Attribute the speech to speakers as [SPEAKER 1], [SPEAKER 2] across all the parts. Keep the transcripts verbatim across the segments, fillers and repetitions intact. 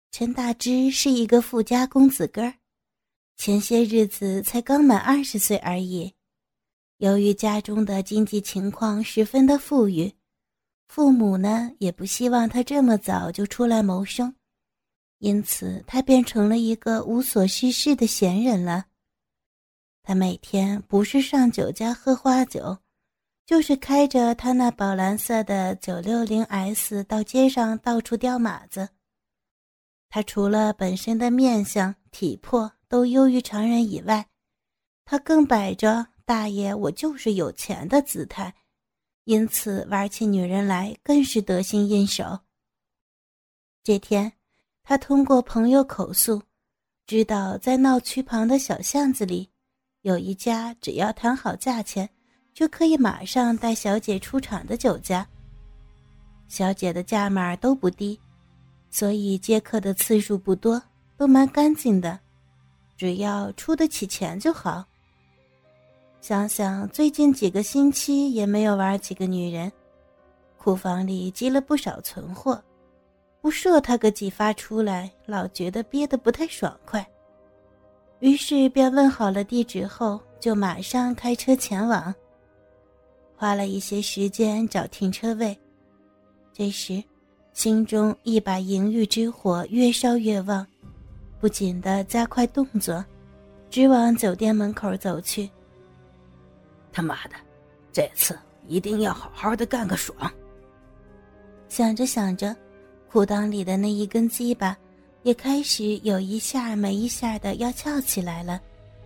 [SPEAKER 1] 陈大之是一个富家公子哥儿，前些日子才刚满二十岁而已。由于家中的经济情况十分的富裕，父母呢也不希望他这么早就出来谋生，因此他变成了一个无所事事的闲人了。他每天不是上酒家喝花酒，就是开着他那宝蓝色的 九六零 S 到街上到处叼马子。他除了本身的面相体魄都优于常人以外，他更摆着大爷我就是有钱的姿态，因此玩起女人来更是得心应手。这天他通过朋友口述，知道在闹区旁的小巷子里有一家只要谈好价钱就可以马上带小姐出场的酒家。小姐的价码都不低，所以接客的次数不多，都蛮干净的，只要出得起钱就好。想想最近几个星期也没有玩几个女人，库房里积了不少存货，不射他个几发出来，老觉得憋得不太爽快。于是便问好了地址后，就马上开车前往。花了一些时间找停车位，这时心中一把淫欲之火越烧越旺，不仅地加快动作，直往酒店门口走去。
[SPEAKER 2] 他妈的，这次一定要好好的干个爽。
[SPEAKER 1] 想着想着，裤裆里的那一根鸡巴也开始有一下没一下的要翘起来了。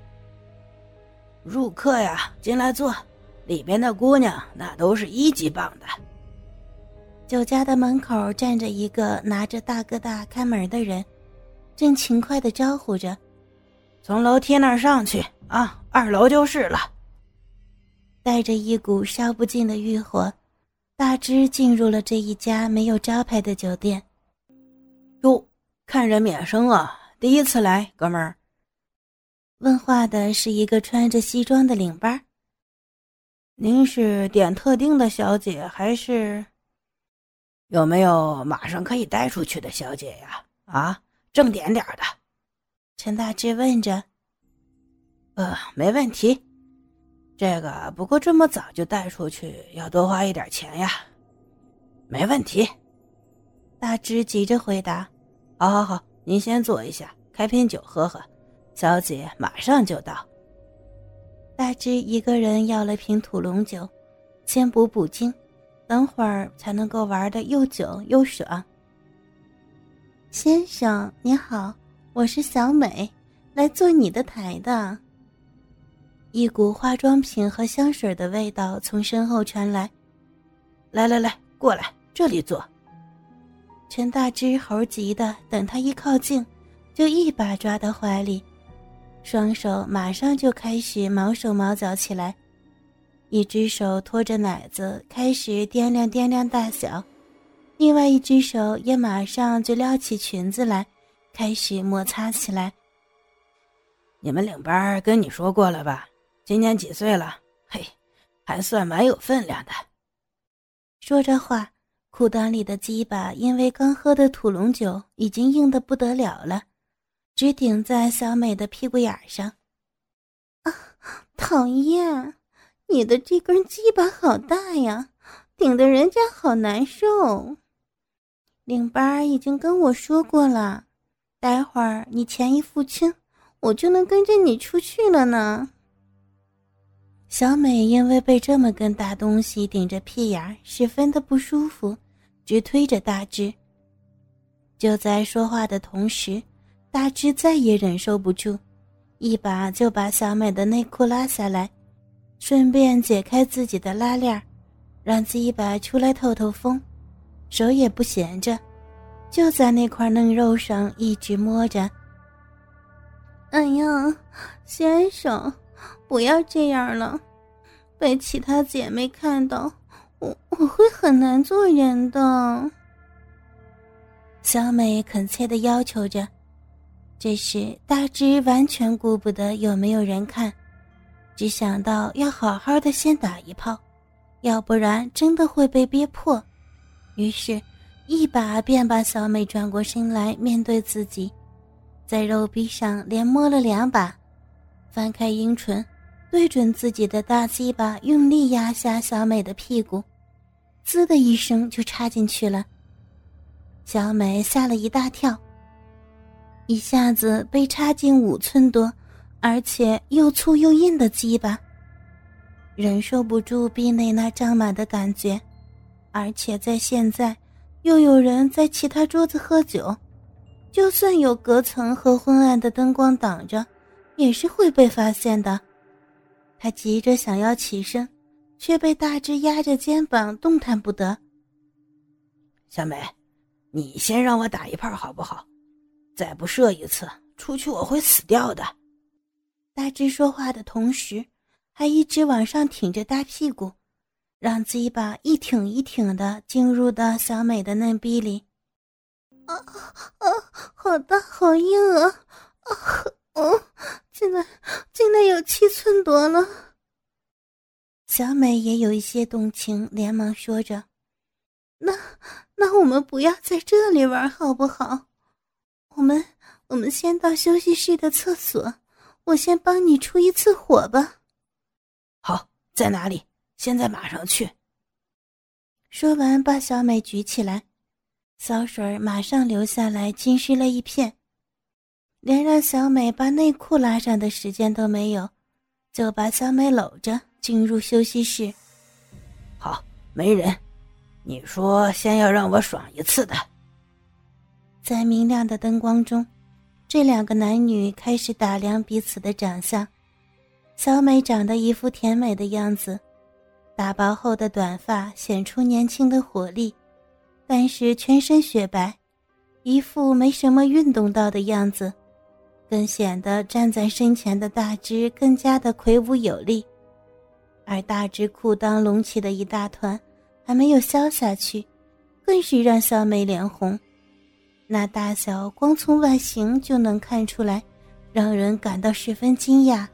[SPEAKER 2] 入客呀，进来坐，里边的姑娘那都是一级棒的。
[SPEAKER 1] 酒家的门口站着一个拿着大哥大开门的人，正勤快地招呼着：
[SPEAKER 2] 从楼梯那儿上去啊，二楼就是了。
[SPEAKER 1] 带着一股烧不尽的欲火，大致进入了这一家没有招牌的酒店。
[SPEAKER 2] 哟，看人面生啊，第一次来，哥们儿。
[SPEAKER 1] 问话的是一个穿着西装的领班。
[SPEAKER 2] 您是点特定的小姐，还是有没有马上可以带出去的小姐呀？啊，正点点的。
[SPEAKER 1] 陈大志问着。
[SPEAKER 2] 呃，没问题。这个不过这么早就带出去，要多花一点钱呀。没问题。
[SPEAKER 1] 大志急着回答。
[SPEAKER 2] 好好好，您先坐一下，开瓶酒喝喝，小姐马上就到。
[SPEAKER 1] 大志一个人要了瓶土龙酒，先补补精，等会儿才能够玩得又久又爽。先生你好，我是小美，来做你的台的。一股化妆品和香水的味道从身后传来。
[SPEAKER 2] 来来来，过来，这里坐。
[SPEAKER 1] 陈大之猴急的等他一靠近，就一把抓到怀里，双手马上就开始毛手毛脚起来，一只手托着奶子开始掂量掂量大小，另外一只手也马上就撩起裙子来，开始摩擦起来。
[SPEAKER 2] 你们领班跟你说过了吧？今年几岁了？嘿，还算蛮有分量的。
[SPEAKER 1] 说着话，裤裆里的鸡巴因为刚喝的土龙酒已经硬得不得了了，直顶在小美的屁股眼上。啊，讨厌！你的这根鸡巴好大呀，顶得人家好难受。领班已经跟我说过了，待会儿你钱一付清，我就能跟着你出去了呢。小美因为被这么根大东西顶着屁眼，十分的不舒服，直推着大志。就在说话的同时，大志再也忍受不住，一把就把小美的内裤拉下来，顺便解开自己的拉链，让鸡巴出来透透风，手也不闲着，就在那块嫩肉上一直摸着。哎呀，先生，不要这样了，被其他姐妹看到，我我会很难做人的。小美恳切地要求着。这时大志完全顾不得有没有人看，只想到要好好的先打一炮，要不然真的会被憋破。于是一把便把小美转过身来面对自己，在肉壁上连摸了两把，翻开阴唇，对准自己的大鸡巴用力压下小美的屁股，滋的一声就插进去了。小美吓了一大跳，一下子被插进五寸多而且又粗又硬的鸡巴，忍受不住壁内那胀满的感觉，而且在现在又有人在其他桌子喝酒，就算有隔层和昏暗的灯光挡着，也是会被发现的。他急着想要起身，却被大只压着肩膀动弹不得。
[SPEAKER 2] 小美，你先让我打一炮好不好？再不射一次，出去我会死掉的。
[SPEAKER 1] 大只说话的同时，还一直往上挺着大屁股，让鸡巴一挺一挺的进入到小美的嫩逼里。啊啊，好大好硬啊！啊哦，竟然竟然有七寸多了。小美也有一些动情，连忙说着：那那我们不要在这里玩好不好？我们我们先到休息室的厕所，我先帮你出一次火吧。
[SPEAKER 2] 好，在哪里？现在马上去。
[SPEAKER 1] 说完把小美举起来，骚水马上流下来，浸湿了一片，连让小美把内裤拉上的时间都没有，就把小美搂着进入休息室。
[SPEAKER 2] 好，没人，你说先要让我爽一次的。
[SPEAKER 1] 在明亮的灯光中，这两个男女开始打量彼此的长相。小美长得一副甜美的样子，打薄后的短发显出年轻的活力，但是全身雪白，一副没什么运动到的样子，更显得站在身前的大只更加的魁梧有力。而大只裤裆隆起的一大团还没有消下去，更是让小美脸红。那大小光从外形就能看出来，让人感到十分惊讶。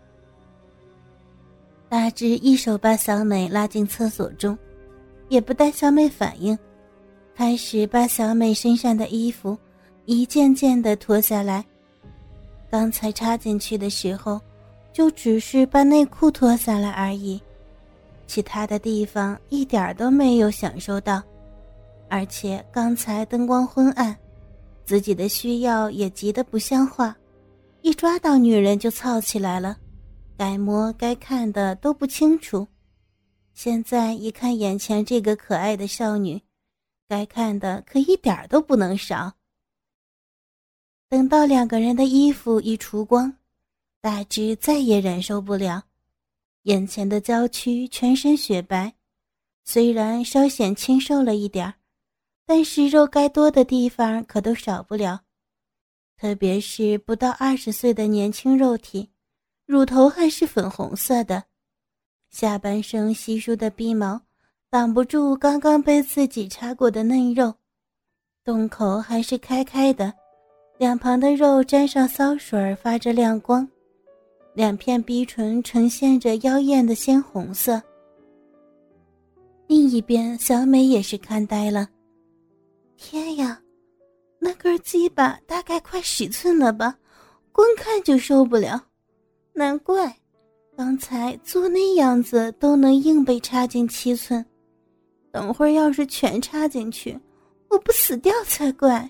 [SPEAKER 1] 大只一手把小美拉进厕所中，也不待小美反应，开始把小美身上的衣服一件件地脱下来。刚才插进去的时候，就只是把内裤脱下来而已，其他的地方一点都没有享受到。而且刚才灯光昏暗，自己的需要也急得不像话，一抓到女人就操起来了，该摸该看的都不清楚。现在一看眼前这个可爱的少女，该看的可一点都不能少。等到两个人的衣服一除光，大只再也忍受不了，眼前的娇躯全身雪白，虽然稍显清瘦了一点，但是肉该多的地方可都少不了，特别是不到二十岁的年轻肉体，乳头还是粉红色的，下半身稀疏的逼毛挡不住刚刚被自己插过的嫩肉，洞口还是开开的，两旁的肉沾上骚水发着亮光，两片逼唇呈现着妖艳的鲜红色。另一边小美也是看呆了，天呀，那根鸡巴大概快十寸了吧，光看就受不了，难怪刚才做那样子都能硬被插进七寸，等会儿要是全插进去，我不死掉才怪。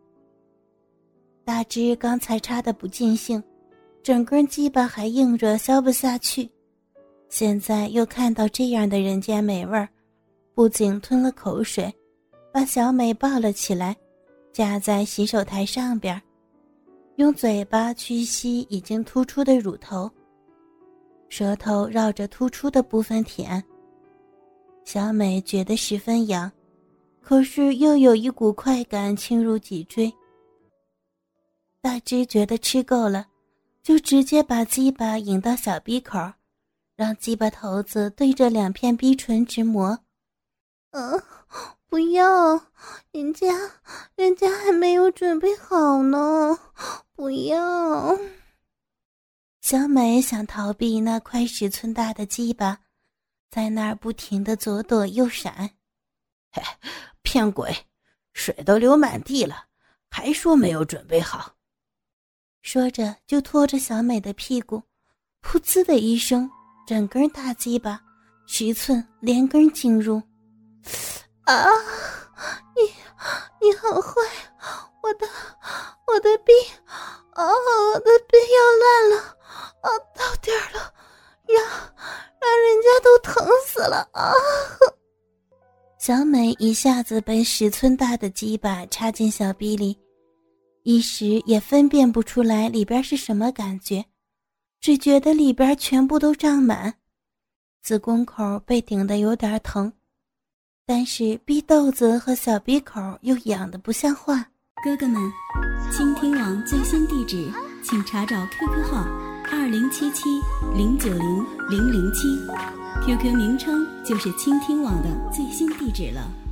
[SPEAKER 1] 大只刚才插得不尽兴，整根鸡巴还硬着消不下去，现在又看到这样的人间美味，不仅吞了口水，把小美抱了起来，架在洗手台上边，用嘴巴去吸已经突出的乳头，舌头绕着突出的部分舔。小美觉得十分痒，可是又有一股快感侵入脊椎。大只觉得吃够了，就直接把鸡巴引到小鼻口，让鸡巴头子对着两片逼唇直磨。呃，不要，人家人家还没有准备好呢，不要。小美想逃避那快十寸大的鸡巴，在那儿不停地左躲右闪。
[SPEAKER 2] 嘿，骗鬼， 水都流满地了，还说没有准备好。
[SPEAKER 1] 说着就拖着小美的屁股，噗呲的一声，整根大鸡巴十寸连根进入。啊！你你好坏！我的我的逼啊！我的逼要烂了啊！到点儿了，让让人家都疼死了啊！小美一下子被十寸大的鸡巴插进小逼里，一时也分辨不出来里边是什么感觉，只觉得里边全部都胀满，子宫口被顶得有点疼，但是逼豆子和小逼口又痒得不像话。
[SPEAKER 3] 哥哥们，倾听网最新地址请查找 Q Q 号二零七七零九零零零七 ，Q Q 名称就是倾听网的最新地址了。